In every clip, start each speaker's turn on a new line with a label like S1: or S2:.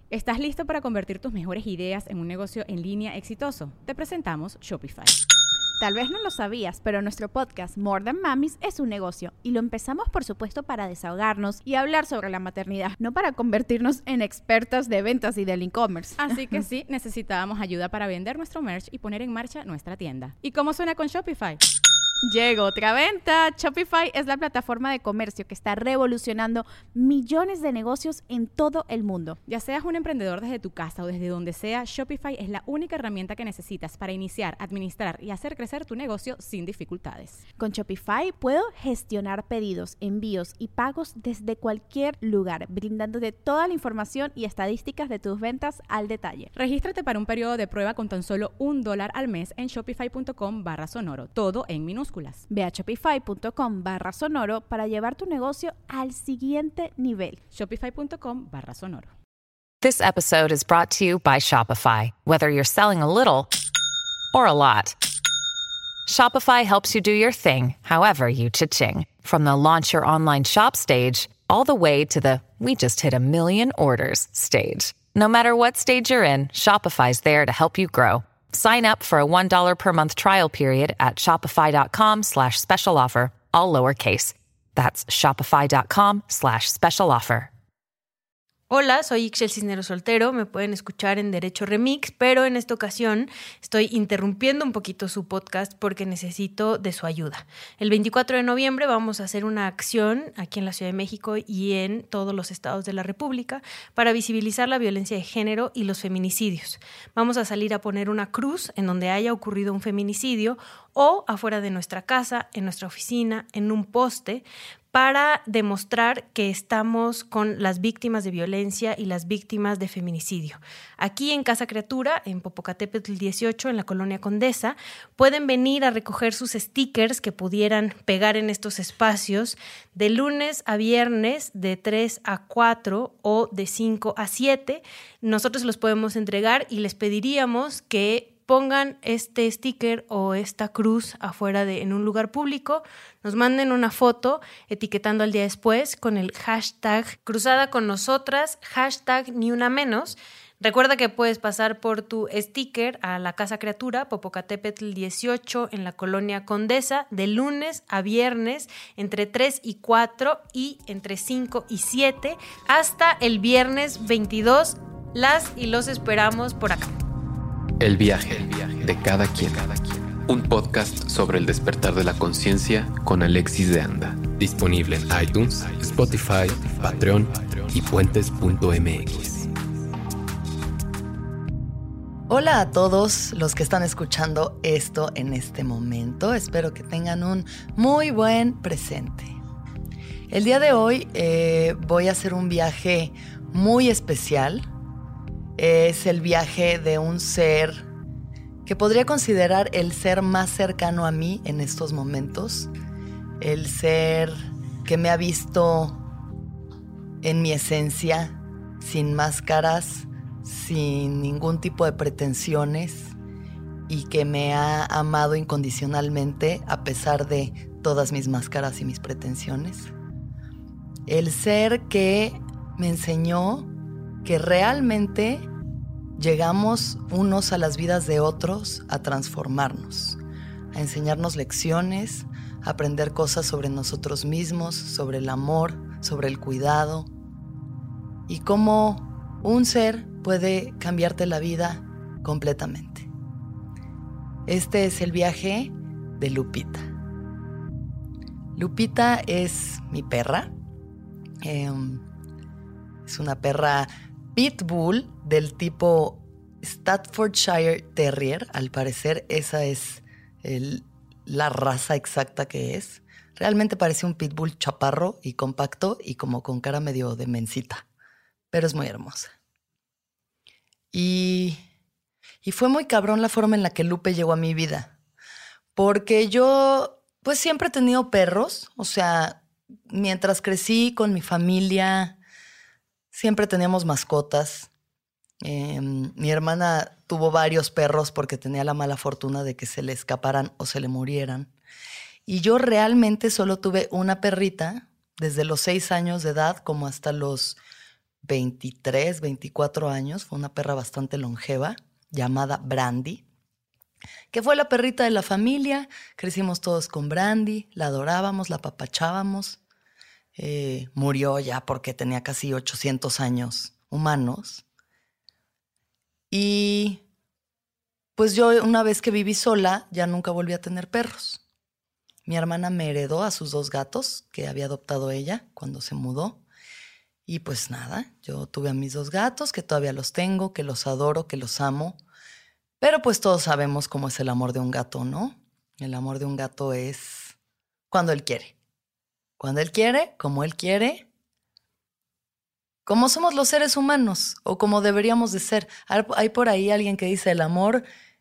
S1: ¿Estás listo para convertir tus mejores ideas en un negocio en línea exitoso? Te presentamos Shopify.
S2: Tal vez no lo sabías, pero nuestro podcast More Than Mamis es un negocio y lo empezamos por supuesto para desahogarnos y hablar sobre la maternidad, no para convertirnos en expertas de ventas y del e-commerce.
S1: Así que sí, necesitábamos ayuda para vender nuestro merch y poner en marcha nuestra tienda. ¿Y cómo suena con Shopify?
S2: Llegó otra venta. Shopify es la plataforma de comercio que está revolucionando millones de negocios en todo el mundo.
S1: Ya seas un emprendedor desde tu casa o desde donde sea, Shopify es la única herramienta que necesitas para iniciar, administrar y hacer crecer tu negocio sin dificultades.
S2: Con Shopify puedo gestionar pedidos, envíos y pagos desde cualquier lugar, brindándote toda la información y estadísticas de tus ventas al detalle.
S1: Regístrate para un periodo de prueba con tan solo $1 al mes en shopify.com/sonoro, todo en minúsculas.
S2: Ve a shopify.com/sonoro para llevar tu negocio al siguiente nivel.
S1: Shopify.com/sonoro.
S3: This episode is brought to you by Shopify. Whether you're selling a little or a lot, Shopify helps you do your thing, however you cha-ching. From the launch your online shop stage, all the way to the we just hit 1 million orders stage. No matter what stage you're in, Shopify's there to help you grow. Sign up for a $1 per month trial period at shopify.com/special offer, all lowercase. That's shopify.com/special offer.
S4: Hola, soy Ixchel Cisneros Soltero, me pueden escuchar en Derecho Remix, pero en esta ocasión estoy interrumpiendo un poquito su podcast porque necesito de su ayuda. El 24 de noviembre vamos a hacer una acción aquí en la Ciudad de México y en todos los estados de la República para visibilizar la violencia de género y los feminicidios. Vamos a salir a poner una cruz en donde haya ocurrido un feminicidio o afuera de nuestra casa, en nuestra oficina, en un poste, para demostrar que estamos con las víctimas de violencia y las víctimas de feminicidio. Aquí en Casa Criatura, en Popocatépetl 18, en la Colonia Condesa, pueden venir a recoger sus stickers que pudieran pegar en estos espacios de lunes a viernes de 3 a 4 o de 5 a 7. Nosotros los podemos entregar y les pediríamos que pongan este sticker o esta cruz afuera en un lugar público, nos manden una foto etiquetando al día después con el hashtag Cruzada con Nosotras, hashtag Ni Una Menos. Recuerda que puedes pasar por tu sticker a la Casa Criatura, Popocatépetl 18, en la Colonia Condesa, de lunes a viernes, entre 3 y 4 y entre 5 y 7, hasta el viernes 22. Las y los esperamos por acá.
S5: El viaje de cada quien. Un podcast sobre el despertar de la conciencia con Alexis de Anda.
S6: Disponible en iTunes, Spotify, Patreon y puentes.mx.
S7: Hola a todos los que están escuchando esto en este momento. Espero que tengan un muy buen presente. El día de hoy voy a hacer un viaje muy especial. Es el viaje de un ser que podría considerar el ser más cercano a mí en estos momentos. El ser que me ha visto en mi esencia, sin máscaras, sin ningún tipo de pretensiones y que me ha amado incondicionalmente a pesar de todas mis máscaras y mis pretensiones. El ser que me enseñó que realmente llegamos unos a las vidas de otros a transformarnos, a enseñarnos lecciones, a aprender cosas sobre nosotros mismos, sobre el amor, sobre el cuidado y cómo un ser puede cambiarte la vida completamente. Este es el viaje de Lupita. Lupita es mi perra. Es una perra pitbull del tipo Staffordshire Terrier. Al parecer esa es la raza exacta que es. Realmente parece un pitbull chaparro y compacto y como con cara medio de mencita, pero es muy hermosa. Y fue muy cabrón la forma en la que Lupe llegó a mi vida, porque yo pues siempre he tenido perros. O sea, mientras crecí con mi familia siempre teníamos mascotas. Mi hermana tuvo varios perros porque tenía la mala fortuna de que se le escaparan o se le murieran. Y yo realmente solo tuve una perrita desde los 6 años de edad como hasta los 23, 24 años. Fue una perra bastante longeva llamada Brandy, que fue la perrita de la familia. Crecimos todos con Brandy, la adorábamos, la apapachábamos. Murió ya porque tenía casi 800 años humanos. Y pues yo, una vez que viví sola, ya nunca volví a tener perros. Mi hermana me heredó a sus 2 gatos que había adoptado ella cuando se mudó. Y pues nada, yo tuve a mis 2 gatos, que todavía los tengo, que los adoro, que los amo. Pero pues todos sabemos cómo es el amor de un gato, ¿no? El amor de un gato es cuando él quiere. Cuando él quiere, como él quiere, como somos los seres humanos o como deberíamos de ser. Hay por ahí alguien que dice el amor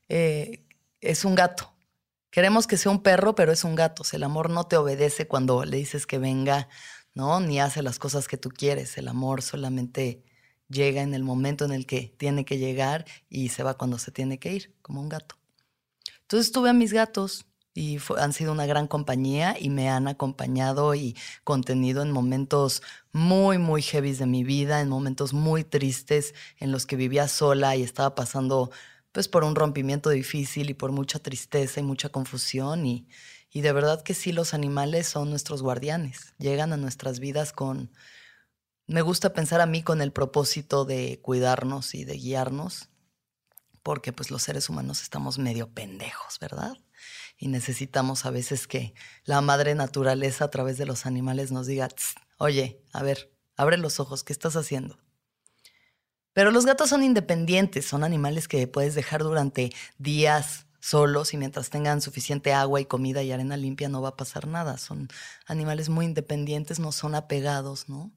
S7: es un gato. Queremos que sea un perro, pero es un gato. El amor no te obedece cuando le dices que venga, ¿no? Ni hace las cosas que tú quieres. El amor solamente llega en el momento en el que tiene que llegar y se va cuando se tiene que ir, como un gato. Entonces tuve a mis gatos y han sido una gran compañía y me han acompañado y contenido en momentos muy, muy heavies de mi vida, en momentos muy tristes en los que vivía sola y estaba pasando pues por un rompimiento difícil y por mucha tristeza y mucha confusión y de verdad que sí, los animales son nuestros guardianes. Llegan a nuestras vidas con, me gusta pensar a mí con el propósito de cuidarnos y de guiarnos, porque pues los seres humanos estamos medio pendejos, ¿verdad? Y necesitamos a veces que la madre naturaleza a través de los animales nos diga, oye, a ver, abre los ojos, ¿qué estás haciendo? Pero los gatos son independientes, son animales que puedes dejar durante días solos y mientras tengan suficiente agua y comida y arena limpia no va a pasar nada. Son animales muy independientes, no son apegados, ¿no?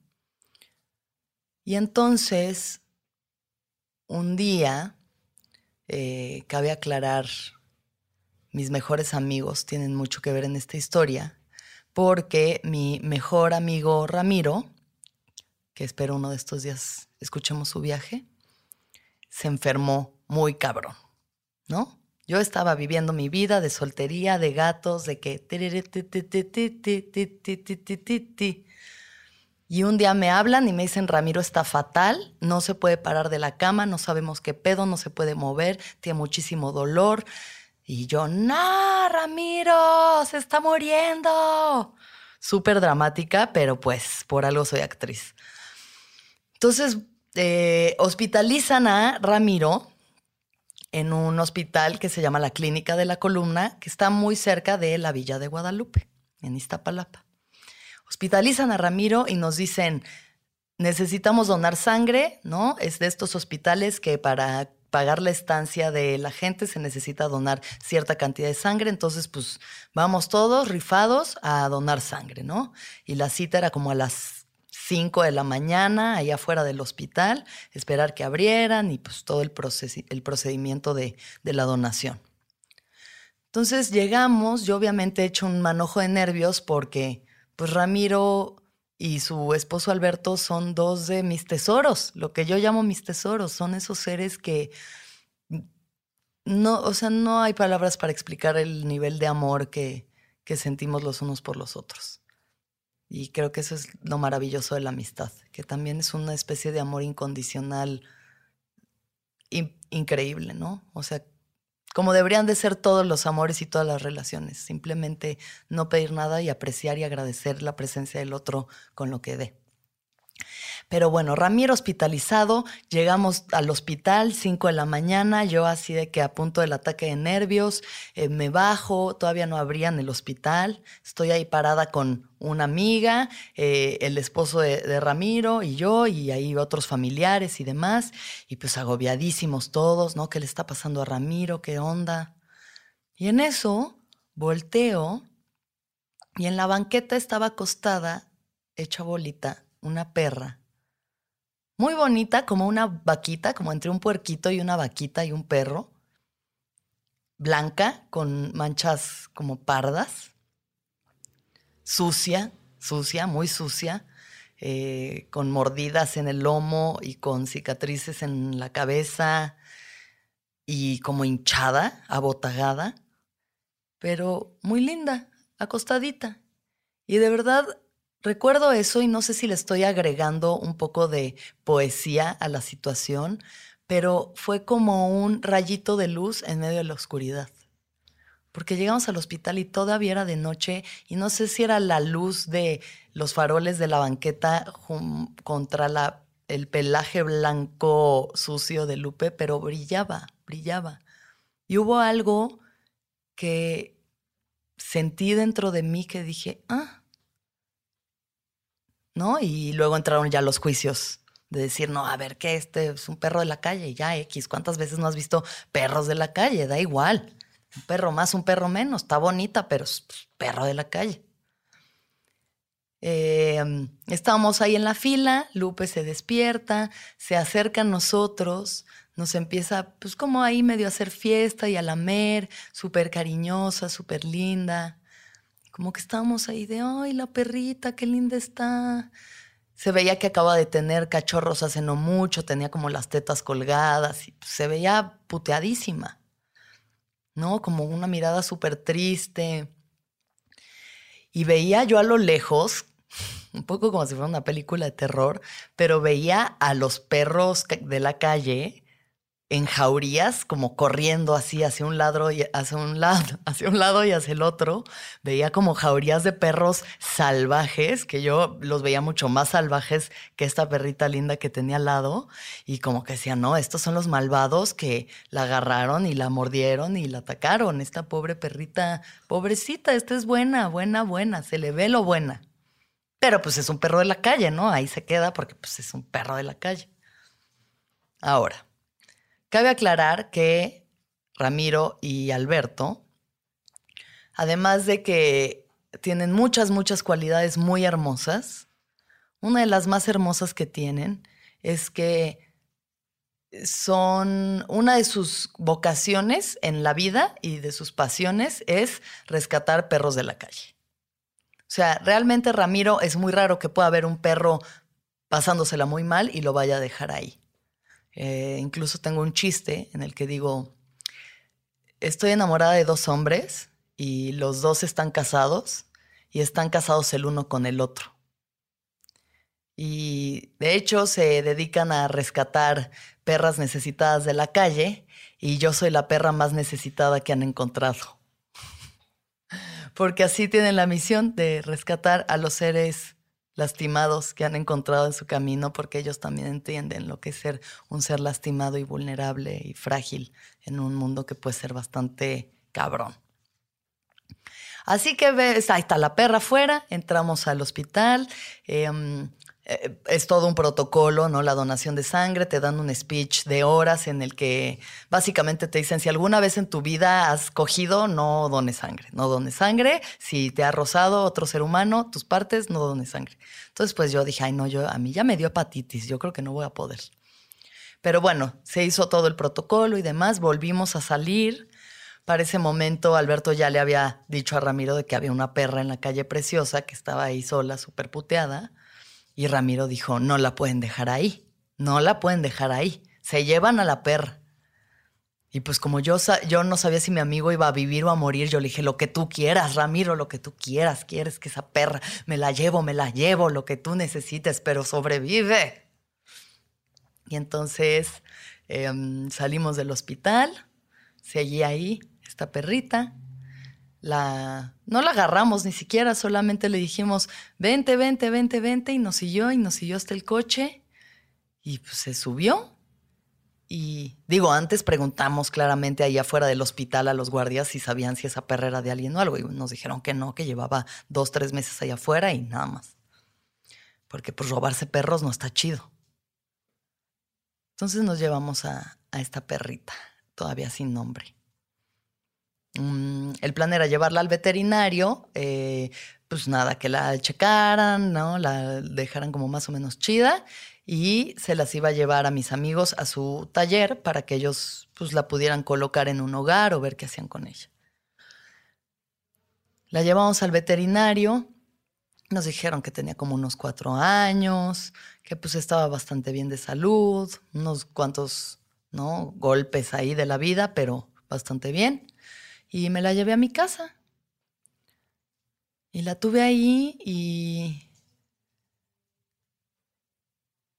S7: Y entonces, un día, cabe aclarar, mis mejores amigos tienen mucho que ver en esta historia, porque mi mejor amigo Ramiro, que espero uno de estos días escuchemos su viaje, se enfermó muy cabrón, ¿no? Yo estaba viviendo mi vida de soltería, de gatos, de que... Y un día me hablan y me dicen, Ramiro está fatal, no se puede parar de la cama, no sabemos qué pedo, no se puede mover, tiene muchísimo dolor. Y yo, no, Ramiro, se está muriendo. Súper dramática, pero pues por algo soy actriz. Entonces, hospitalizan a Ramiro en un hospital que se llama la Clínica de la Columna, que está muy cerca de la Villa de Guadalupe, en Iztapalapa. Hospitalizan a Ramiro y nos dicen, necesitamos donar sangre, ¿no? Es de estos hospitales que para pagar la estancia de la gente se necesita donar cierta cantidad de sangre, entonces pues vamos todos rifados a donar sangre, ¿no? Y la cita era como a las 5 de la mañana, allá afuera del hospital, esperar que abrieran y pues todo el procedimiento de la donación. Entonces llegamos, yo obviamente he hecho un manojo de nervios porque pues Ramiro y su esposo Alberto son 2 de mis tesoros, lo que yo llamo mis tesoros, son esos seres que no, o sea, no hay palabras para explicar el nivel de amor que sentimos los unos por los otros. Y creo que eso es lo maravilloso de la amistad, que también es una especie de amor incondicional increíble, ¿no? O sea, como deberían de ser todos los amores y todas las relaciones, simplemente no pedir nada y apreciar y agradecer la presencia del otro con lo que dé. Pero bueno, Ramiro hospitalizado, llegamos al hospital 5 de la mañana, yo así de que a punto del ataque de nervios, me bajo, todavía no abrían el hospital, estoy ahí parada con una amiga, el esposo de Ramiro y yo, y ahí otros familiares y demás, y pues agobiadísimos todos, ¿no? ¿Qué le está pasando a Ramiro? ¿Qué onda? Y en eso volteo y en la banqueta estaba acostada, hecha bolita, una perra muy bonita, como una vaquita, como entre un puerquito y una vaquita y un perro, blanca, con manchas como pardas, sucia, muy sucia, con mordidas en el lomo y con cicatrices en la cabeza y como hinchada, abotagada, pero muy linda, acostadita. Y de verdad recuerdo eso y no sé si le estoy agregando un poco de poesía a la situación, pero fue como un rayito de luz en medio de la oscuridad. Porque llegamos al hospital y todavía era de noche y no sé si era la luz de los faroles de la banqueta contra el pelaje blanco sucio de Lupe, pero brillaba. Y hubo algo que sentí dentro de mí que dije, ¿no? Y luego entraron ya los juicios de decir, no, a ver, ¿qué? Este es un perro de la calle, ya X. ¿Cuántas veces no has visto perros de la calle? Da igual. Un perro más, un perro menos. Está bonita, pero es perro de la calle. Estábamos ahí en la fila, Lupe se despierta, se acerca a nosotros, nos empieza pues como ahí medio a hacer fiesta y a lamer, súper cariñosa, súper linda. Como que estábamos ahí de, ¡ay, la perrita, qué linda está! Se veía que acaba de tener cachorros hace no mucho, tenía como las tetas colgadas y pues, se veía puteadísima, ¿no? Como una mirada súper triste. Y veía yo a lo lejos, un poco como si fuera una película de terror, pero veía a los perros de la calle en jaurías, como corriendo así hacia un lado y hacia el otro. Veía como jaurías de perros salvajes, que yo los veía mucho más salvajes que esta perrita linda que tenía al lado. Y como que decía, no, estos son los malvados que la agarraron y la mordieron y la atacaron. Esta pobre perrita, pobrecita, esta es buena, se le ve lo buena. Pero pues es un perro de la calle, ¿no? Ahí se queda porque pues es un perro de la calle. Ahora, cabe aclarar que Ramiro y Alberto, además de que tienen muchas cualidades muy hermosas, una de las más hermosas que tienen es que una de sus vocaciones en la vida y de sus pasiones es rescatar perros de la calle. O sea, realmente Ramiro es muy raro que pueda haber un perro pasándosela muy mal y lo vaya a dejar ahí. Incluso tengo un chiste en el que digo, estoy enamorada de 2 hombres y los 2 están casados y están casados el uno con el otro. Y de hecho se dedican a rescatar perras necesitadas de la calle y yo soy la perra más necesitada que han encontrado. Porque así tienen la misión de rescatar a los seres lastimados que han encontrado en su camino, porque ellos también entienden lo que es ser un ser lastimado y vulnerable y frágil en un mundo que puede ser bastante cabrón. Así que ves, ahí está la perra afuera, entramos al hospital, es todo un protocolo, ¿no? La donación de sangre, te dan un speech de horas en el que básicamente te dicen, si alguna vez en tu vida has cogido, no dones sangre, si te ha rozado otro ser humano, tus partes, no dones sangre. Entonces pues yo dije, ay no, a mí ya me dio hepatitis, yo creo que no voy a poder. Pero bueno, se hizo todo el protocolo y demás, volvimos a salir. Para ese momento Alberto ya le había dicho a Ramiro de que había una perra en la calle Preciosa que estaba ahí sola, súper puteada. Y Ramiro dijo, no la pueden dejar ahí, se llevan a la perra. Y pues como yo no sabía si mi amigo iba a vivir o a morir, yo le dije, lo que tú quieras, Ramiro, lo que tú quieras, quieres que esa perra, me la llevo, lo que tú necesites, pero sobrevive. Y entonces salimos del hospital, seguí ahí esta perrita. No la agarramos ni siquiera, solamente le dijimos, vente, y nos siguió hasta el coche y pues se subió. Y digo, antes preguntamos claramente ahí afuera del hospital a los guardias si sabían si esa perra era de alguien o algo y nos dijeron que no, que llevaba 2-3 meses allá afuera y nada más. Porque pues robarse perros no está chido. Entonces nos llevamos a esta perrita, todavía sin nombre. El plan era llevarla al veterinario, pues nada, que la checaran, ¿no? La dejaran como más o menos chida y se las iba a llevar a mis amigos a su taller para que ellos pues la pudieran colocar en un hogar o ver qué hacían con ella. La llevamos al veterinario, nos dijeron que tenía como unos 4 años, que pues estaba bastante bien de salud, unos cuantos, ¿no? golpes ahí de la vida, pero bastante bien. Y me la llevé a mi casa. Y la tuve ahí y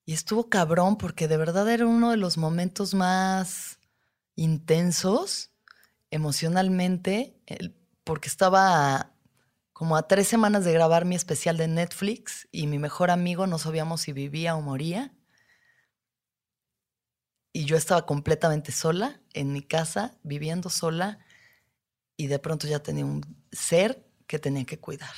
S7: Y estuvo cabrón porque de verdad era uno de los momentos más intensos emocionalmente, porque estaba como a 3 semanas de grabar mi especial de Netflix y mi mejor amigo no sabíamos si vivía o moría. Y yo estaba completamente sola en mi casa, viviendo sola, y de pronto ya tenía un ser que tenía que cuidar.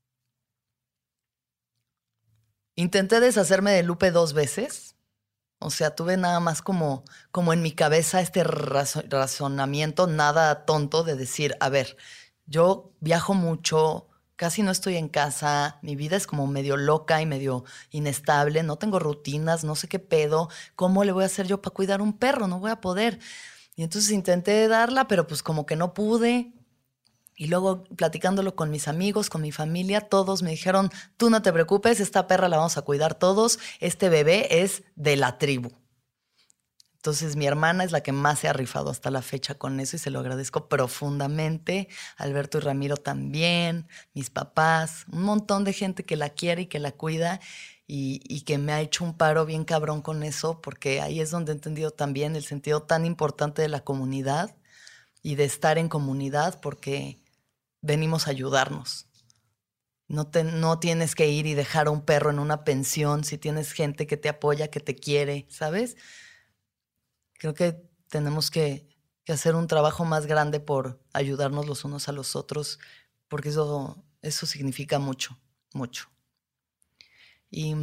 S7: Intenté deshacerme de Lupe 2 veces. O sea, tuve nada más como en mi cabeza este razonamiento nada tonto de decir, a ver, yo viajo mucho, casi no estoy en casa, mi vida es como medio loca y medio inestable, no tengo rutinas, no sé qué pedo, ¿cómo le voy a hacer yo para cuidar un perro? No voy a poder. Y entonces intenté darla, pero pues como que no pude. Y luego platicándolo con mis amigos, con mi familia, todos me dijeron, tú no te preocupes, esta perra la vamos a cuidar todos, este bebé es de la tribu. Entonces mi hermana es la que más se ha rifado hasta la fecha con eso y se lo agradezco profundamente. Alberto y Ramiro también, mis papás, un montón de gente que la quiere y que la cuida y que me ha hecho un paro bien cabrón con eso, porque ahí es donde he entendido también el sentido tan importante de la comunidad y de estar en comunidad, porque venimos a ayudarnos. No tienes que ir y dejar a un perro en una pensión si tienes gente que te apoya, que te quiere, ¿sabes? Creo que tenemos que hacer un trabajo más grande por ayudarnos los unos a los otros, porque eso significa mucho, mucho. Y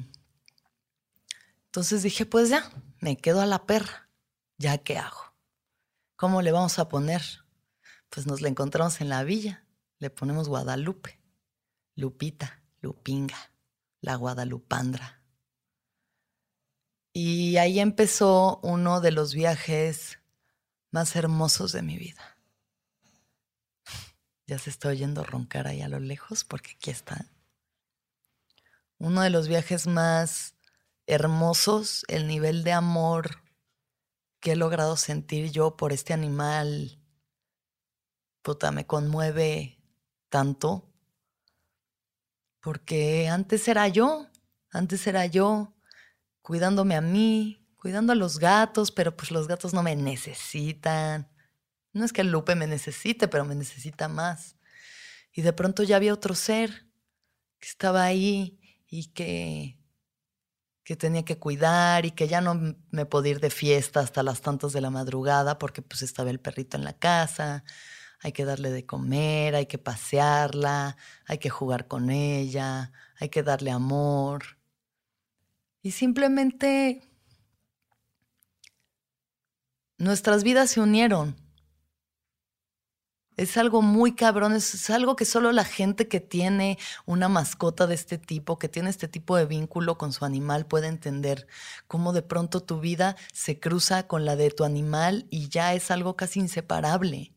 S7: entonces dije, pues ya, me quedo a la perra. ¿Ya qué hago? ¿Cómo le vamos a poner? Pues nos la encontramos en la villa. Le ponemos Guadalupe, Lupita, Lupinga, la Guadalupandra. Y ahí empezó uno de los viajes más hermosos de mi vida. Ya se está oyendo roncar ahí a lo lejos porque aquí está. Uno de los viajes más hermosos, el nivel de amor que he logrado sentir yo por este animal, puta, me conmueve tanto. Porque antes era yo cuidándome a mí, cuidando a los gatos, pero pues los gatos no me necesitan. No es que el Lupe me necesite, pero me necesita más. Y de pronto ya había otro ser que estaba ahí y que tenía que cuidar y que ya no me podía ir de fiesta hasta las tantas de la madrugada porque pues estaba el perrito en la casa. Hay que darle de comer, hay que pasearla, hay que jugar con ella, hay que darle amor. Y simplemente nuestras vidas se unieron. Es algo muy cabrón, es algo que solo la gente que tiene una mascota de este tipo, que tiene este tipo de vínculo con su animal, puede entender cómo de pronto tu vida se cruza con la de tu animal y ya es algo casi inseparable.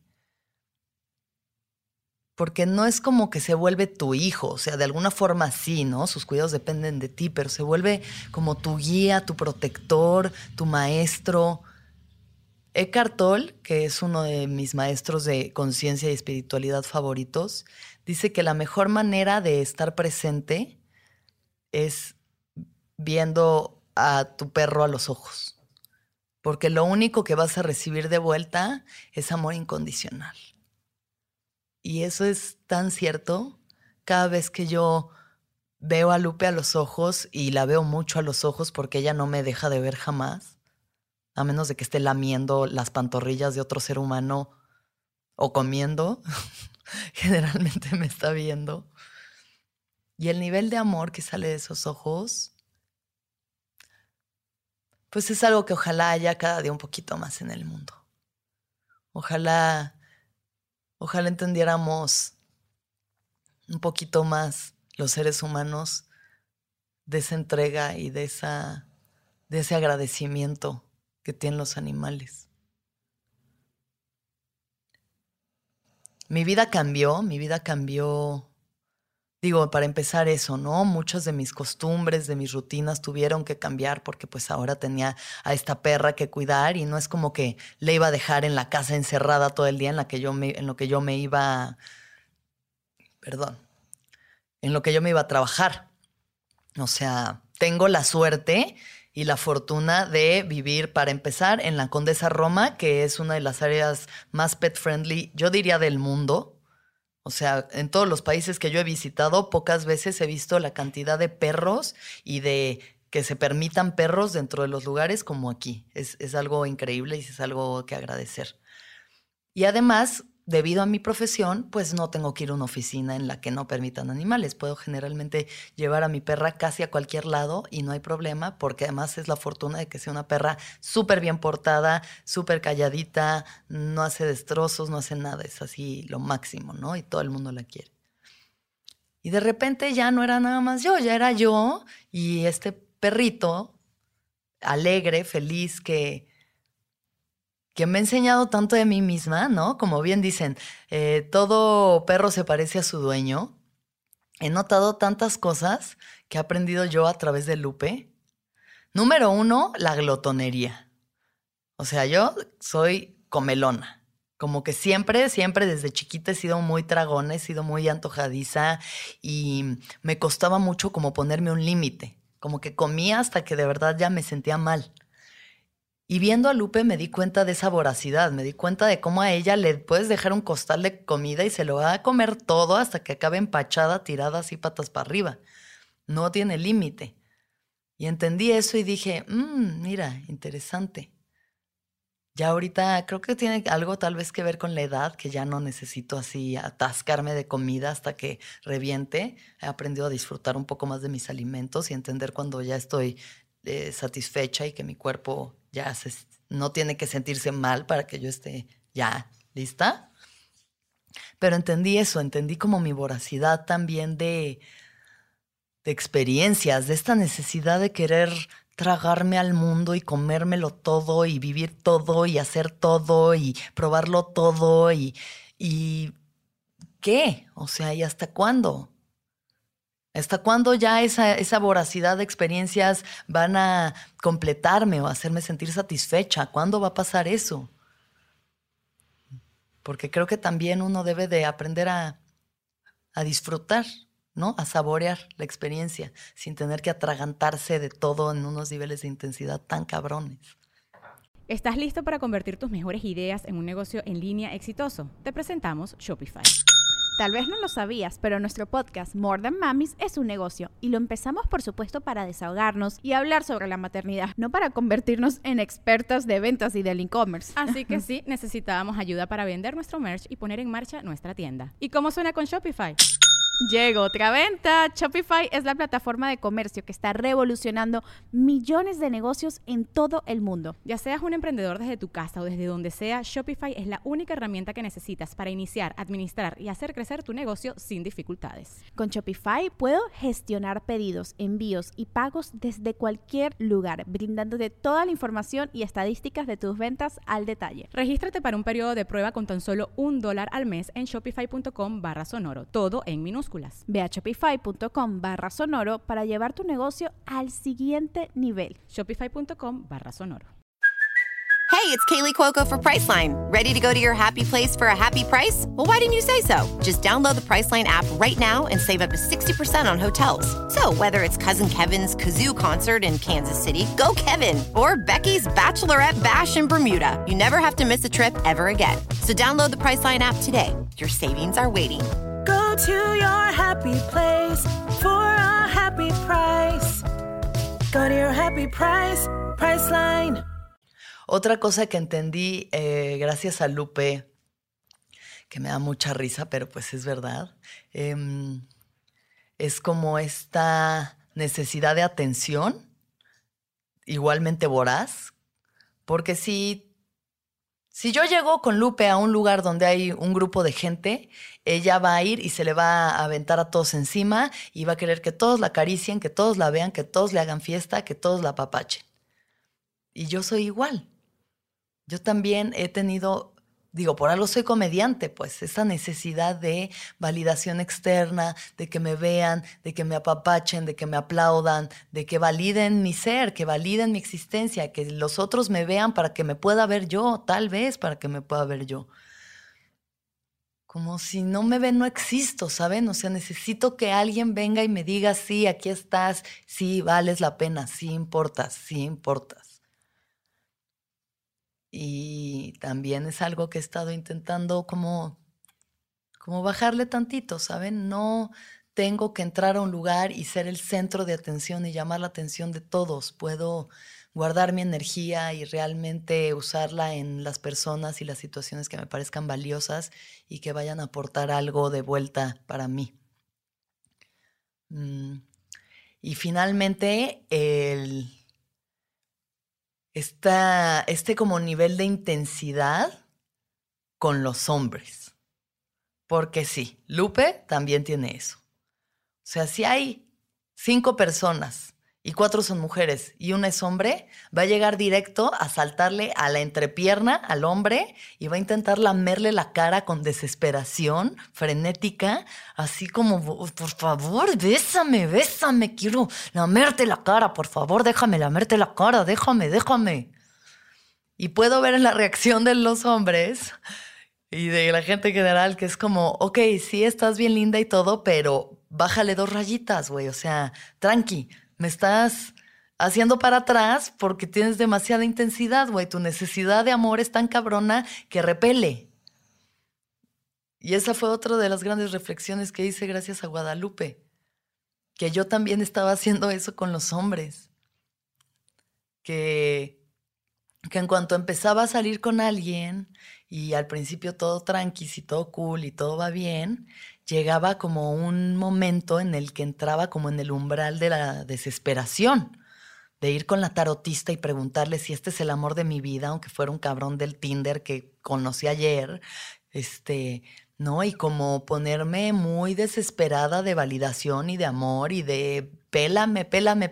S7: Porque no es como que se vuelve tu hijo, o sea, de alguna forma sí, ¿no? Sus cuidados dependen de ti, pero se vuelve como tu guía, tu protector, tu maestro. Eckhart Tolle, que es uno de mis maestros de conciencia y espiritualidad favoritos, dice que la mejor manera de estar presente es viendo a tu perro a los ojos, porque lo único que vas a recibir de vuelta es amor incondicional. Y eso es tan cierto. Cada vez que yo veo a Lupe a los ojos, y la veo mucho a los ojos porque ella no me deja de ver jamás, a menos de que esté lamiendo las pantorrillas de otro ser humano o comiendo, generalmente me está viendo. Y el nivel de amor que sale de esos ojos, pues es algo que ojalá haya cada día un poquito más en el mundo. Ojalá entendiéramos un poquito más los seres humanos de esa entrega y de ese agradecimiento que tienen los animales. Mi vida cambió, digo, para empezar eso, ¿no? Muchas de mis costumbres, de mis rutinas tuvieron que cambiar porque pues ahora tenía a esta perra que cuidar y no es como que le iba a dejar en la casa encerrada todo el día en lo que yo me iba a trabajar. O sea, tengo la suerte y la fortuna de vivir, para empezar, en la Condesa Roma, que es una de las áreas más pet friendly, yo diría, del mundo. O sea, en todos los países que yo he visitado, pocas veces he visto la cantidad de perros y de que se permitan perros dentro de los lugares como aquí. Es algo increíble y es algo que agradecer. Y además, debido a mi profesión, pues no tengo que ir a una oficina en la que no permitan animales. Puedo generalmente llevar a mi perra casi a cualquier lado y no hay problema, porque además es la fortuna de que sea una perra súper bien portada, súper calladita, no hace destrozos, no hace nada. Es así lo máximo, ¿no? Y todo el mundo la quiere. Y de repente ya no era nada más yo, ya era yo y este perrito alegre, feliz, que me ha enseñado tanto de mí misma, ¿no? Como bien dicen, todo perro se parece a su dueño. He notado tantas cosas que he aprendido yo a través de Lupe. Número 1, la glotonería. O sea, yo soy comelona. Como que siempre desde chiquita he sido muy tragona, he sido muy antojadiza y me costaba mucho como ponerme un límite. Como que comía hasta que de verdad ya me sentía mal. Y viendo a Lupe me di cuenta de esa voracidad, me di cuenta de cómo a ella le puedes dejar un costal de comida y se lo va a comer todo hasta que acabe empachada, tirada así patas para arriba. No tiene límite. Y entendí eso y dije, mira, interesante. Ya ahorita creo que tiene algo tal vez que ver con la edad, que ya no necesito así atascarme de comida hasta que reviente. He aprendido a disfrutar un poco más de mis alimentos y entender cuando ya estoy satisfecha y que mi cuerpo ya no tiene que sentirse mal para que yo esté ya lista. Pero entendí eso, entendí como mi voracidad también de experiencias, de esta necesidad de querer tragarme al mundo y comérmelo todo y vivir todo y hacer todo y probarlo todo y ¿qué? O sea, ¿y hasta cuándo? ¿Hasta cuándo ya esa voracidad de experiencias van a completarme o hacerme sentir satisfecha? ¿Cuándo va a pasar eso? Porque creo que también uno debe de aprender a disfrutar, ¿no? A saborear la experiencia sin tener que atragantarse de todo en unos niveles de intensidad tan cabrones.
S1: ¿Estás listo para convertir tus mejores ideas en un negocio en línea exitoso? Te presentamos Shopify.
S2: Tal vez no lo sabías, pero nuestro podcast More Than Mamis es un negocio y lo empezamos por supuesto para desahogarnos y hablar sobre la maternidad, no para convertirnos en expertas de ventas y del e-commerce.
S1: Así que sí, necesitábamos ayuda para vender nuestro merch y poner en marcha nuestra tienda. ¿Y cómo suena con Shopify?
S2: Llegó otra venta. Shopify es la plataforma de comercio que está revolucionando millones de negocios en todo el mundo.
S1: Ya seas un emprendedor desde tu casa o desde donde sea, Shopify es la única herramienta que necesitas para iniciar, administrar y hacer crecer tu negocio sin dificultades.
S2: Con Shopify puedo gestionar pedidos, envíos y pagos desde cualquier lugar, brindándote toda la información y estadísticas de tus ventas al detalle.
S1: Regístrate para un periodo de prueba con tan solo $1 al mes en shopify.com/sonoro, todo en minúsculas.
S2: Ve a shopify.com/sonoro para llevar tu negocio al siguiente nivel.
S1: Shopify.com/sonoro.
S8: Hey, it's Kaylee Cuoco for Priceline. Ready to go to your happy place for a happy price? Well, why didn't you say so? Just download the Priceline app right now and save up to 60% on hotels. So whether it's Cousin Kevin's Kazoo Concert in Kansas City, go Kevin, or Becky's Bachelorette Bash in Bermuda, you never have to miss a trip ever again. So download the Priceline app today. Your savings are waiting.
S9: Go to your happy place for a happy price. Go to your happy price, Priceline.
S7: Otra cosa que entendí gracias a Lupe, que me da mucha risa, pero pues es verdad, es como esta necesidad de atención, igualmente voraz, porque si yo llego con Lupe a un lugar donde hay un grupo de gente, ella va a ir y se le va a aventar a todos encima y va a querer que todos la acaricien, que todos la vean, que todos le hagan fiesta, que todos la apapachen. Y yo soy igual. Yo también he tenido, por algo soy comediante, pues, esa necesidad de validación externa, de que me vean, de que me apapachen, de que me aplaudan, de que validen mi ser, que validen mi existencia, que los otros me vean para que me pueda ver yo, tal vez para que me pueda ver yo. como si no me ven, no existo, ¿saben? O sea, necesito que alguien venga y me diga, sí, aquí estás, sí, vales la pena, sí importas, sí importas. Y también es algo que he estado intentando como bajarle tantito, ¿saben? No tengo que entrar a un lugar y ser el centro de atención y llamar la atención de todos. Puedo guardar mi energía y realmente usarla en las personas y las situaciones que me parezcan valiosas y que vayan a aportar algo de vuelta para mí. Y finalmente, este como nivel de intensidad con los hombres. Porque sí, Lupe también tiene eso. O sea, si hay 5 personas y 4 son mujeres y 1 es hombre, va a llegar directo a saltarle a la entrepierna al hombre y va a intentar lamerle la cara con desesperación frenética, así como, por favor, bésame, quiero lamerte la cara, por favor, déjame lamerte la cara, déjame. Y puedo ver en la reacción de los hombres y de la gente en general que es como, ok, sí, estás bien linda y todo, pero bájale 2 rayitas, güey. O sea, tranqui, me estás haciendo para atrás porque tienes demasiada intensidad, güey. Tu necesidad de amor es tan cabrona que repele. Y esa fue otra de las grandes reflexiones que hice gracias a Guadalupe. Que yo también estaba haciendo eso con los hombres. Que en cuanto empezaba a salir con alguien y al principio todo tranqui y todo cool y todo va bien, llegaba como un momento en el que entraba como en el umbral de la desesperación, de ir con la tarotista y preguntarle si este es el amor de mi vida, aunque fuera un cabrón del Tinder que conocí ayer, ¿no? Y como ponerme muy desesperada de validación y de amor y de pélame.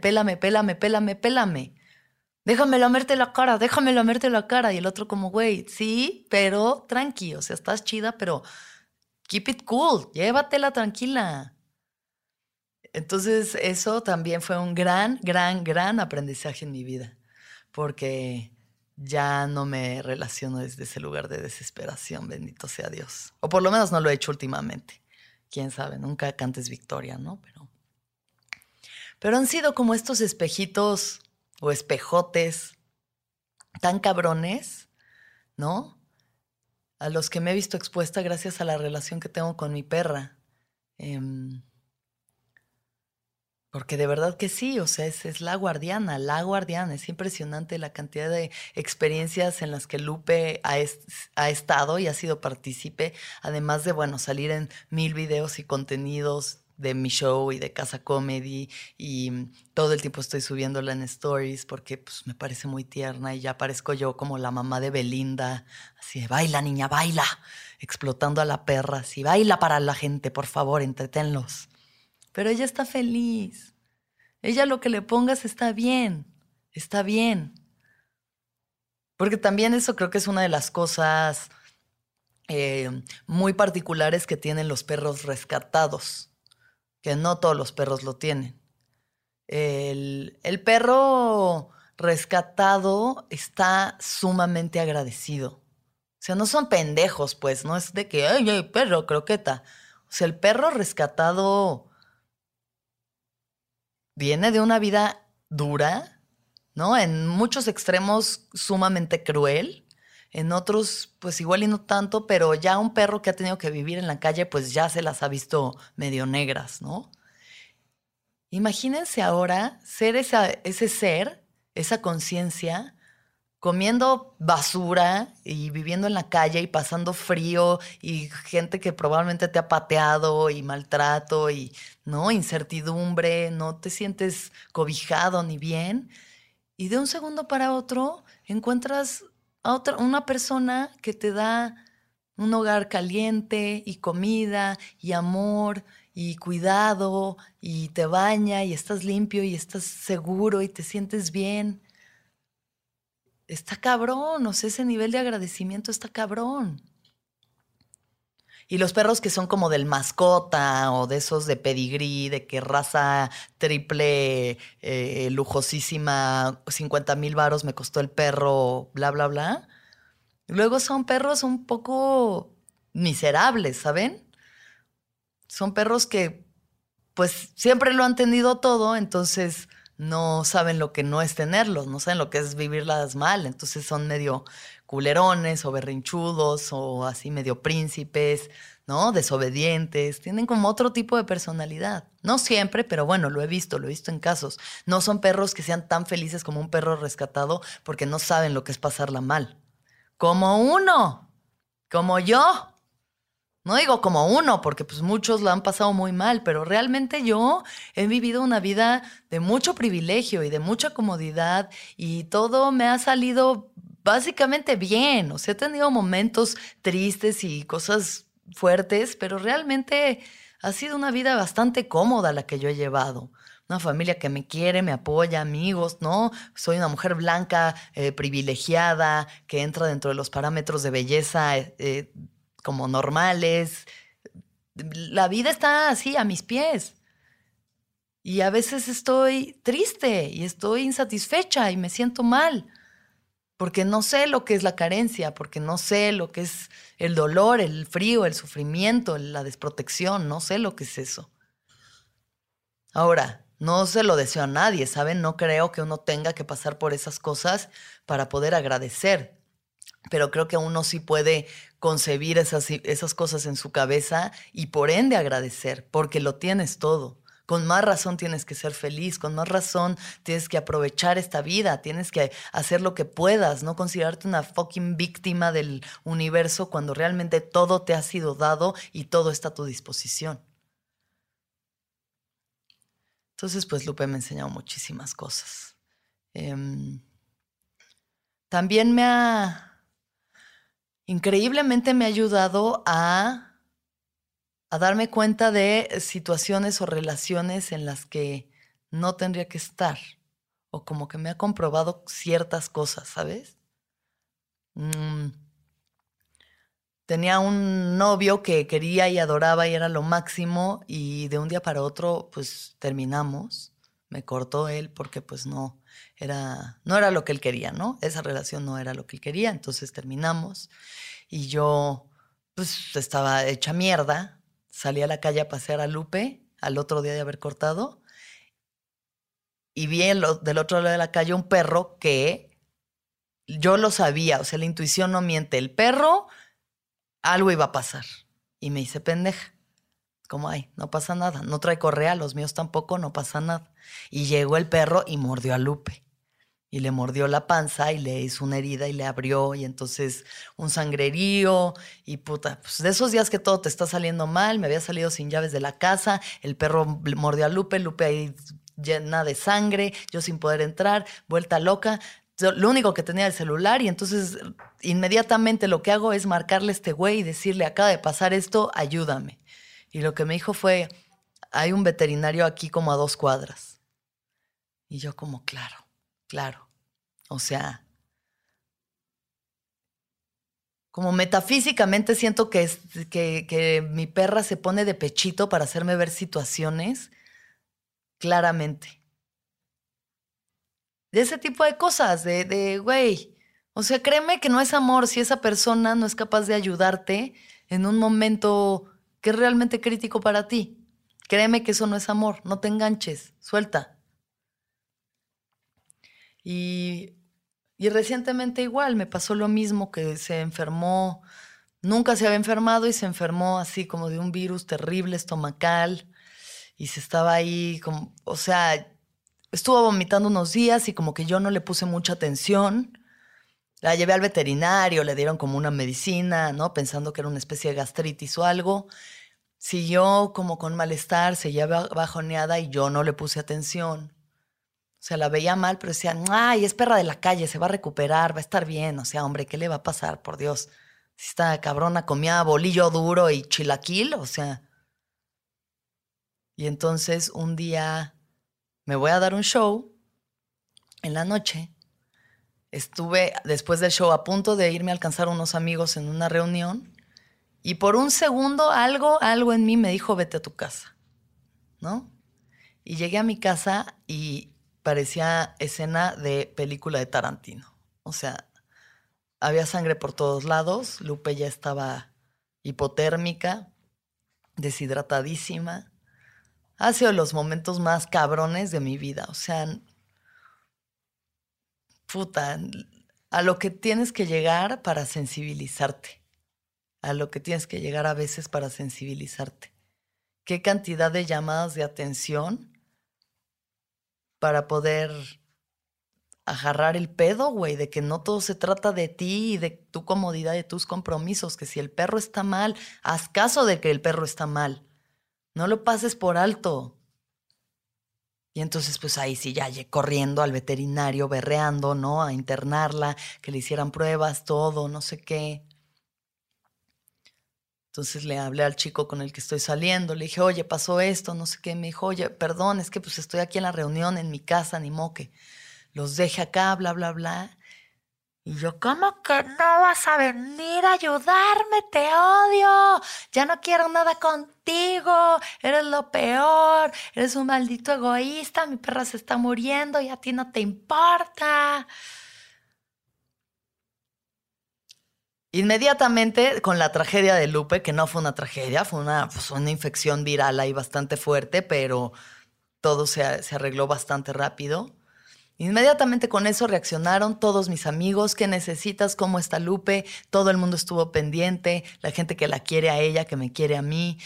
S7: Déjame lamerte la cara. Y el otro como, güey, sí, pero tranqui, o sea, estás chida, pero keep it cool, llévatela tranquila. Entonces eso también fue un gran aprendizaje en mi vida, porque ya no me relaciono desde ese lugar de desesperación, bendito sea Dios. O por lo menos no lo he hecho últimamente. Quién sabe, nunca cantes victoria, ¿no? Pero han sido como estos espejitos o espejotes tan cabrones, ¿no? A los que me he visto expuesta gracias a la relación que tengo con mi perra. Porque de verdad que sí, o sea, es la guardiana. Es impresionante la cantidad de experiencias en las que Lupe ha estado y ha sido partícipe, además de, bueno, salir en 1000 videos y contenidos de mi show y de Casa Comedy, y todo el tiempo estoy subiéndola en stories porque pues, me parece muy tierna y ya parezco yo como la mamá de Belinda, así de baila niña, baila, explotando a la perra, así baila para la gente, por favor, entretenlos. Pero ella está feliz, ella lo que le pongas está bien, porque también eso creo que es una de las cosas muy particulares que tienen los perros rescatados, que no todos los perros lo tienen. El perro rescatado está sumamente agradecido. O sea, no son pendejos, pues, no es de que, ay, perro, croqueta. O sea, el perro rescatado viene de una vida dura, ¿no? En muchos extremos sumamente cruel. En otros, pues igual y no tanto, pero ya un perro que ha tenido que vivir en la calle, pues ya se las ha visto medio negras, ¿no? Imagínense ahora ser ese ser, esa conciencia, comiendo basura y viviendo en la calle y pasando frío y gente que probablemente te ha pateado y maltrato y, ¿no? Incertidumbre, no te sientes cobijado ni bien. Y de un segundo para otro encuentras a una persona que te da un hogar caliente y comida y amor y cuidado y te baña y estás limpio y estás seguro y te sientes bien. Está cabrón, o sea, ese nivel de agradecimiento está cabrón. Y los perros que son como del mascota o de esos de pedigrí, de que raza triple, lujosísima, 50,000 varos me costó el perro, bla, bla, bla. Luego son perros un poco miserables, ¿saben? Son perros que pues siempre lo han tenido todo, entonces no saben lo que no es tenerlos, no saben lo que es vivirlas mal, entonces son medio culerones o berrinchudos o así medio príncipes, ¿no? Desobedientes, tienen como otro tipo de personalidad. No siempre, pero bueno, lo he visto en casos. No son perros que sean tan felices como un perro rescatado porque no saben lo que es pasarla mal. Como uno, como yo. No digo como uno, porque pues muchos lo han pasado muy mal, pero realmente yo he vivido una vida de mucho privilegio y de mucha comodidad y todo me ha salido básicamente bien. O sea, he tenido momentos tristes y cosas fuertes, pero realmente ha sido una vida bastante cómoda la que yo he llevado. Una familia que me quiere, me apoya, amigos, ¿no? Soy una mujer blanca, privilegiada, que entra dentro de los parámetros de belleza como normales. La vida está así a mis pies. Y a veces estoy triste y estoy insatisfecha y me siento mal. Porque no sé lo que es la carencia, porque no sé lo que es el dolor, el frío, el sufrimiento, la desprotección. No sé lo que es eso. Ahora, no se lo deseo a nadie, ¿saben? No creo que uno tenga que pasar por esas cosas para poder agradecer. Pero creo que uno sí puede concebir esas cosas en su cabeza y por ende agradecer, porque lo tienes todo. Con más razón tienes que ser feliz, con más razón tienes que aprovechar esta vida, tienes que hacer lo que puedas, no considerarte una fucking víctima del universo cuando realmente todo te ha sido dado y todo está a tu disposición. Entonces, pues Lupe me ha enseñado muchísimas cosas. También increíblemente me ha ayudado a darme cuenta de situaciones o relaciones en las que no tendría que estar. O como que me ha comprobado ciertas cosas, ¿sabes? Tenía un novio que quería y adoraba y era lo máximo y de un día para otro pues terminamos. Me cortó él porque pues no era lo que él quería, ¿no? Esa relación no era lo que él quería, entonces terminamos. Y yo pues estaba hecha mierda. Salí a la calle a pasear a Lupe al otro día de haber cortado y vi del otro lado de la calle un perro que yo lo sabía, o sea, la intuición no miente. El perro, algo iba a pasar. Y me hice pendeja. Como, ay, no pasa nada. No trae correa, los míos tampoco, no pasa nada. Y llegó el perro y mordió a Lupe. Y le mordió la panza y le hizo una herida y le abrió. Y entonces un sangrerío. Y puta, pues de esos días que todo te está saliendo mal, me había salido sin llaves de la casa. El perro mordió a Lupe ahí llena de sangre, yo sin poder entrar, vuelta loca. Lo único que tenía era el celular y entonces inmediatamente lo que hago es marcarle a este güey y decirle, acaba de pasar esto, ayúdame. Y lo que me dijo fue, hay un veterinario aquí como a 2 cuadras. Y yo como, claro. O sea, como metafísicamente siento que mi perra se pone de pechito para hacerme ver situaciones claramente. De ese tipo de cosas, güey. O sea, créeme que no es amor si esa persona no es capaz de ayudarte en un momento que es realmente crítico para ti. Créeme que eso no es amor. No te enganches. Suelta. Y recientemente igual me pasó lo mismo, que se enfermó. Nunca se había enfermado y se enfermó así como de un virus terrible estomacal. Y se estaba ahí como, o sea, estuvo vomitando unos días y como que yo no le puse mucha atención. La llevé al veterinario, le dieron como una medicina, ¿no? Pensando que era una especie de gastritis o algo. Siguió como con malestar, seguía bajoneada y yo no le puse atención. O sea, la veía mal, pero decían, ay, es perra de la calle, se va a recuperar, va a estar bien. O sea, hombre, ¿qué le va a pasar? Por Dios. Si esta cabrona comía bolillo duro y chilaquil, o sea. Y entonces un día me voy a dar un show en la noche. Estuve después del show a punto de irme a alcanzar unos amigos en una reunión y por un segundo algo en mí me dijo, vete a tu casa, ¿no? Y llegué a mi casa y parecía escena de película de Tarantino. O sea, había sangre por todos lados, Lupe ya estaba hipotérmica, deshidratadísima. Ha sido los momentos más cabrones de mi vida. O sea, puta, a lo que tienes que llegar para sensibilizarte. A lo que tienes que llegar a veces para sensibilizarte. Qué cantidad de llamadas de atención para poder agarrar el pedo, güey, de que no todo se trata de ti y de tu comodidad, de tus compromisos, que si el perro está mal, haz caso de que el perro está mal. No lo pases por alto. Y entonces, pues ahí sí, ya corriendo al veterinario, berreando, ¿no? A internarla, que le hicieran pruebas, todo, no sé qué. Entonces le hablé al chico con el que estoy saliendo, le dije, oye, pasó esto, no sé qué. Me dijo, oye, perdón, es que pues estoy aquí en la reunión, en mi casa, ni moque. Los deje acá, bla, bla, bla. Y yo, ¿cómo que no vas a venir a ayudarme? Te odio. Ya no quiero nada contigo. Eres lo peor. Eres un maldito egoísta. Mi perra se está muriendo y a ti no te importa. Inmediatamente, con la tragedia de Lupe, que no fue una tragedia, fue una infección viral ahí bastante fuerte, pero todo se arregló bastante rápido. Inmediatamente con eso reaccionaron todos mis amigos. ¿Qué necesitas? ¿Cómo está Lupe? Todo el mundo estuvo pendiente. La gente que la quiere a ella, que me quiere a mí.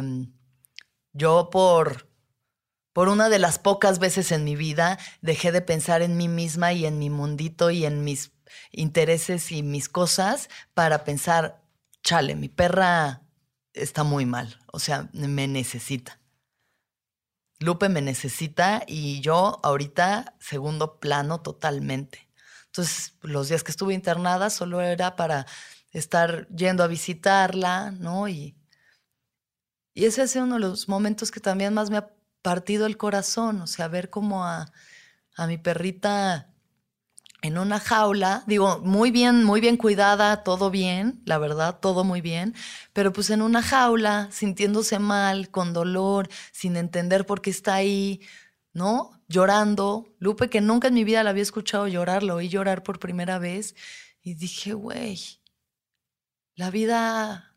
S7: Yo por una de las pocas veces en mi vida dejé de pensar en mí misma y en mi mundito y en mis intereses y mis cosas para pensar, chale, mi perra está muy mal. O sea, me necesita. Lupe me necesita y yo ahorita segundo plano totalmente. Entonces, los días que estuve internada solo era para estar yendo a visitarla, ¿no? Y ese ha sido uno de los momentos que también más me ha partido el corazón. O sea, ver como a mi perrita en una jaula, digo, muy bien cuidada, todo bien, la verdad, todo muy bien, pero pues en una jaula, sintiéndose mal, con dolor, sin entender por qué está ahí, ¿no? Llorando. Lupe, que nunca en mi vida la había escuchado llorar, la oí llorar por primera vez y dije, güey, la vida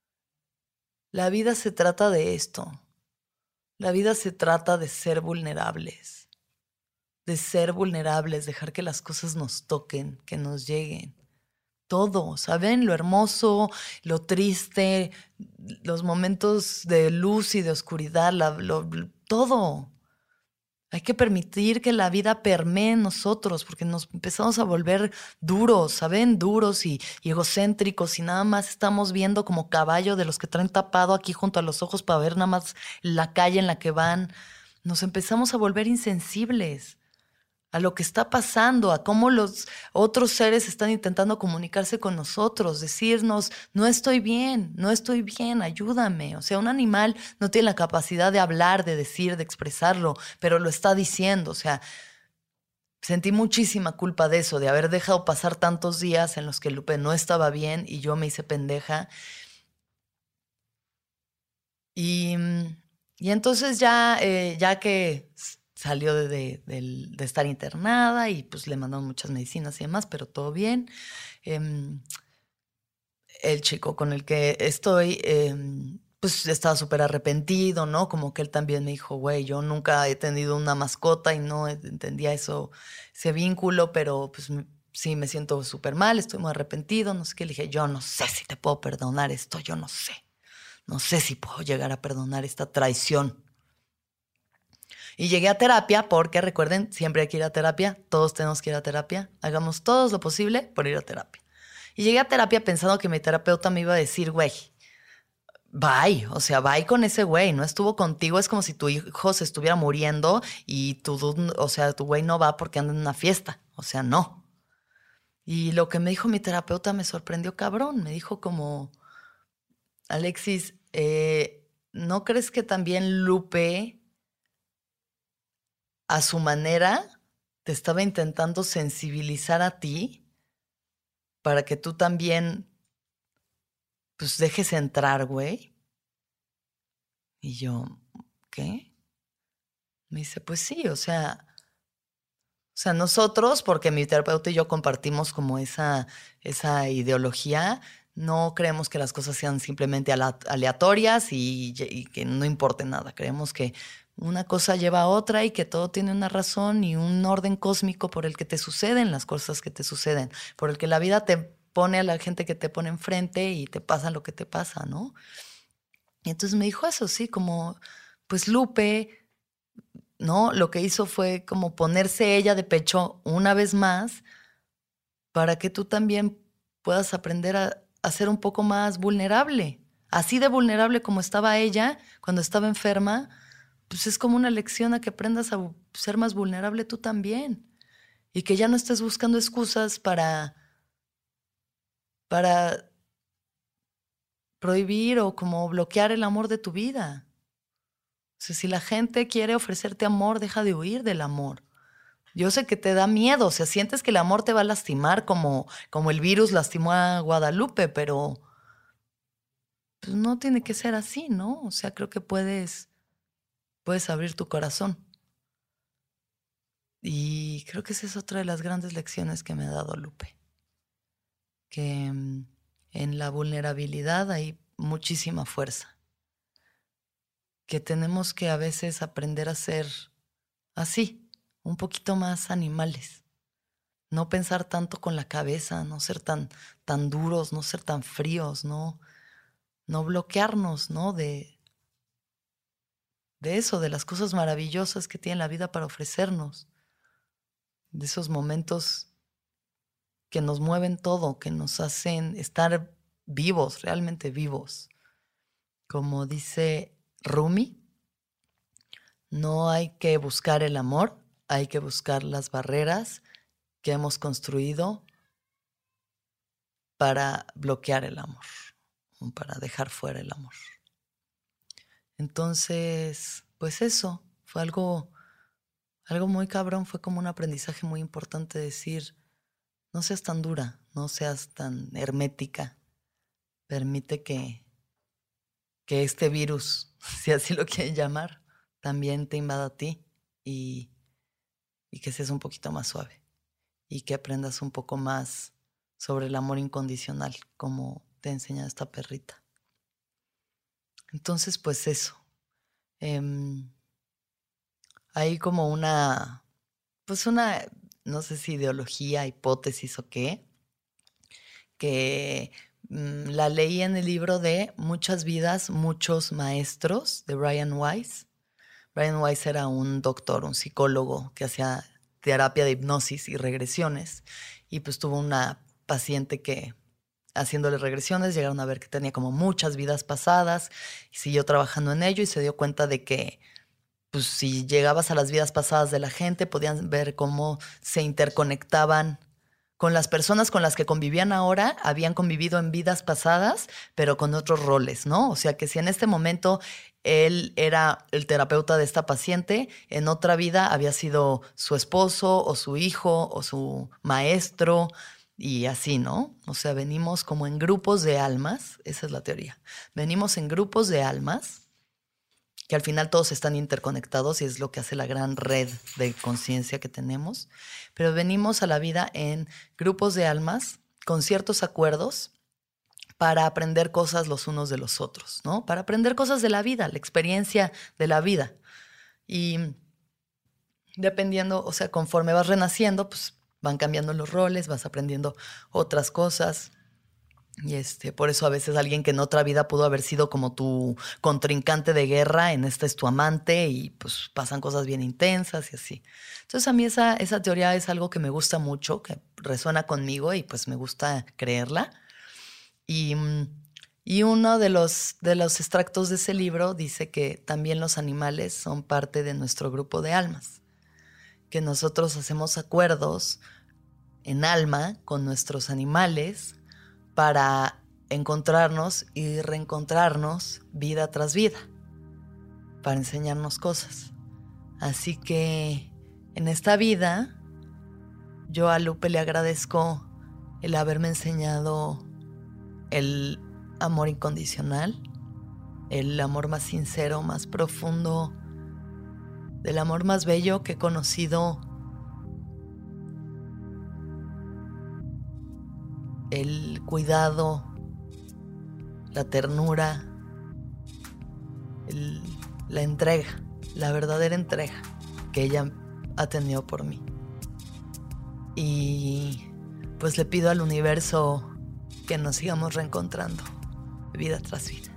S7: se trata de esto. La vida se trata de ser vulnerables. De ser vulnerables, dejar que las cosas nos toquen, que nos lleguen. Todo, ¿saben? Lo hermoso, lo triste, los momentos de luz y de oscuridad, todo. Hay que permitir que la vida permee en nosotros, porque nos empezamos a volver duros, ¿saben? Duros y egocéntricos, y nada más estamos viendo como caballo de los que traen tapado aquí junto a los ojos para ver nada más la calle en la que van. Nos empezamos a volver insensibles a lo que está pasando, a cómo los otros seres están intentando comunicarse con nosotros, decirnos, no estoy bien, ayúdame. O sea, un animal no tiene la capacidad de hablar, de decir, de expresarlo, pero lo está diciendo. O sea, sentí muchísima culpa de eso, de haber dejado pasar tantos días en los que Lupe no estaba bien y yo me hice pendeja. Y entonces ya que salió de estar internada y pues le mandaron muchas medicinas y demás, pero todo bien. El chico con el que estoy, pues estaba súper arrepentido, ¿no? Como que él también me dijo, güey, yo nunca he tenido una mascota y no entendía ese vínculo, pero pues sí me siento súper mal, estoy muy arrepentido, no sé qué. Le dije, yo no sé si te puedo perdonar esto, yo no sé. No sé si puedo llegar a perdonar esta traición. Y llegué a terapia porque, recuerden, siempre hay que ir a terapia. Todos tenemos que ir a terapia. Hagamos todo lo posible por ir a terapia. Y llegué a terapia pensando que mi terapeuta me iba a decir, güey, bye. O sea, bye con ese güey. No estuvo contigo. Es como si tu hijo se estuviera muriendo y tu güey no va porque anda en una fiesta. O sea, no. Y lo que me dijo mi terapeuta me sorprendió cabrón. Me dijo como, Alexis, ¿no crees que también Lupe, a su manera, te estaba intentando sensibilizar a ti para que tú también, pues, dejes entrar, güey? Y yo, ¿qué? Me dice, pues sí, o sea, nosotros, porque mi terapeuta y yo compartimos como esa ideología, No creemos que las cosas sean simplemente aleatorias y que no importe nada. Creemos que una cosa lleva a otra y que todo tiene una razón y un orden cósmico por el que te suceden las cosas que te suceden, por el que la vida te pone a la gente que te pone enfrente y te pasa lo que te pasa, ¿no? Y entonces me dijo eso, sí, como, pues Lupe, ¿no? Lo que hizo fue como ponerse ella de pecho una vez más para que tú también puedas aprender a ser un poco más vulnerable. Así de vulnerable como estaba ella cuando estaba enferma, pues es como una lección a que aprendas a ser más vulnerable tú también. Y que ya no estés buscando excusas para prohibir o como bloquear el amor de tu vida. O sea, si la gente quiere ofrecerte amor, deja de huir del amor. Yo sé que te da miedo, o sea, sientes que el amor te va a lastimar como el virus lastimó a Guadalupe, pero pues no tiene que ser así, ¿no? O sea, creo que puedes abrir tu corazón. Y creo que esa es otra de las grandes lecciones que me ha dado Lupe. Que en la vulnerabilidad hay muchísima fuerza. Que tenemos que a veces aprender a ser así, un poquito más animales. No pensar tanto con la cabeza, no ser tan duros, no ser tan fríos, no bloquearnos, ¿no? De eso, de las cosas maravillosas que tiene la vida para ofrecernos. De esos momentos que nos mueven todo, que nos hacen estar vivos, realmente vivos. Como dice Rumi, no hay que buscar el amor, hay que buscar las barreras que hemos construido para bloquear el amor, para dejar fuera el amor. Entonces, pues eso, fue algo muy cabrón, fue como un aprendizaje muy importante decir, no seas tan dura, no seas tan hermética, permite que este virus, si así lo quieres llamar, también te invada a ti y que seas un poquito más suave y que aprendas un poco más sobre el amor incondicional, como te enseña esta perrita. Entonces, pues eso. Hay como una, no sé si ideología, hipótesis o qué, que la leí en el libro de Muchas vidas, muchos maestros, de Brian Weiss. Brian Weiss era un doctor, un psicólogo que hacía terapia de hipnosis y regresiones. Y pues tuvo una paciente que, haciéndole regresiones, llegaron a ver que tenía como muchas vidas pasadas y siguió trabajando en ello y se dio cuenta de que pues, si llegabas a las vidas pasadas de la gente, podían ver cómo se interconectaban con las personas con las que convivían ahora, habían convivido en vidas pasadas, pero con otros roles, ¿no? O sea, que si en este momento él era el terapeuta de esta paciente, en otra vida había sido su esposo o su hijo o su maestro y así, ¿no? O sea, venimos como en grupos de almas, esa es la teoría. Venimos en grupos de almas que al final todos están interconectados y es lo que hace la gran red de conciencia que tenemos. Pero venimos a la vida en grupos de almas con ciertos acuerdos para aprender cosas los unos de los otros, ¿no? Para aprender cosas de la vida, la experiencia de la vida. Y dependiendo, o sea, conforme vas renaciendo, pues van cambiando los roles, vas aprendiendo otras cosas. Y por eso a veces alguien que en otra vida pudo haber sido como tu contrincante de guerra, en esta es tu amante y pues pasan cosas bien intensas y así. Entonces a mí esa teoría es algo que me gusta mucho, que resuena conmigo y pues me gusta creerla. Y uno de los extractos de ese libro dice que también los animales son parte de nuestro grupo de almas, que nosotros hacemos acuerdos en alma con nuestros animales para encontrarnos y reencontrarnos vida tras vida, para enseñarnos cosas. Así que en esta vida yo a Lupe le agradezco el haberme enseñado el amor incondicional, el amor más sincero, más profundo, del amor más bello que he conocido, el cuidado la ternura, la entrega, la verdadera entrega que ella ha tenido por mí. Y pues le pido al universo que nos sigamos reencontrando vida tras vida.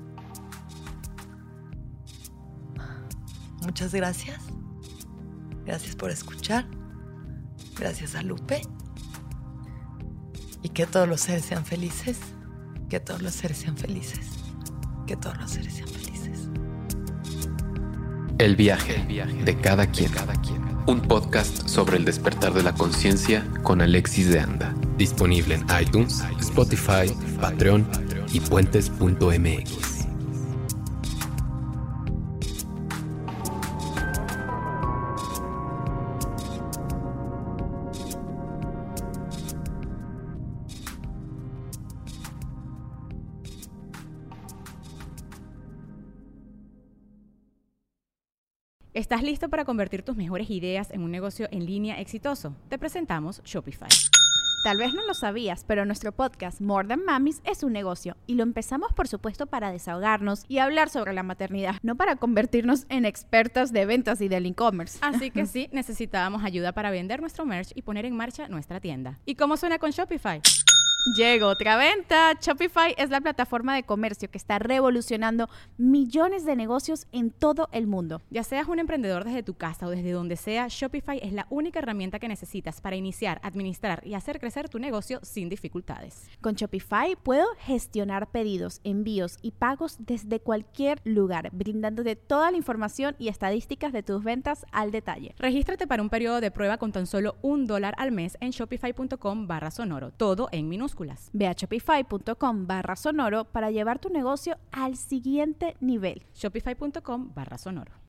S7: Muchas gracias. Gracias por escuchar. Gracias a Lupe. Y que todos los seres sean felices. Que todos los seres sean felices. Que todos los seres sean felices.
S5: El viaje de cada quien. Un podcast sobre el despertar de la conciencia con Alexis de Anda.
S6: Disponible en iTunes, Spotify, Patreon y puentes.mx.
S1: ¿Estás listo para convertir tus mejores ideas en un negocio en línea exitoso? Te presentamos Shopify.
S2: Tal vez no lo sabías, pero nuestro podcast More Than Mamis es un negocio y lo empezamos por supuesto para desahogarnos y hablar sobre la maternidad, no para convertirnos en expertas de ventas y del e-commerce.
S1: Así que sí, necesitábamos ayuda para vender nuestro merch y poner en marcha nuestra tienda. ¿Y cómo suena con Shopify?
S2: Llegó otra venta. Shopify es la plataforma de comercio que está revolucionando millones de negocios en todo el mundo.
S1: Ya seas un emprendedor desde tu casa o desde donde sea, Shopify es la única herramienta que necesitas para iniciar, administrar y hacer crecer tu negocio sin dificultades.
S2: Con Shopify puedo gestionar pedidos, envíos y pagos desde cualquier lugar, brindándote toda la información y estadísticas de tus ventas al detalle.
S1: Regístrate para un periodo de prueba con tan solo $1 al mes en shopify.com/sonoro, todo en minúsculas.
S2: Ve a shopify.com/sonoro para llevar tu negocio al siguiente nivel.
S1: Shopify.com/sonoro.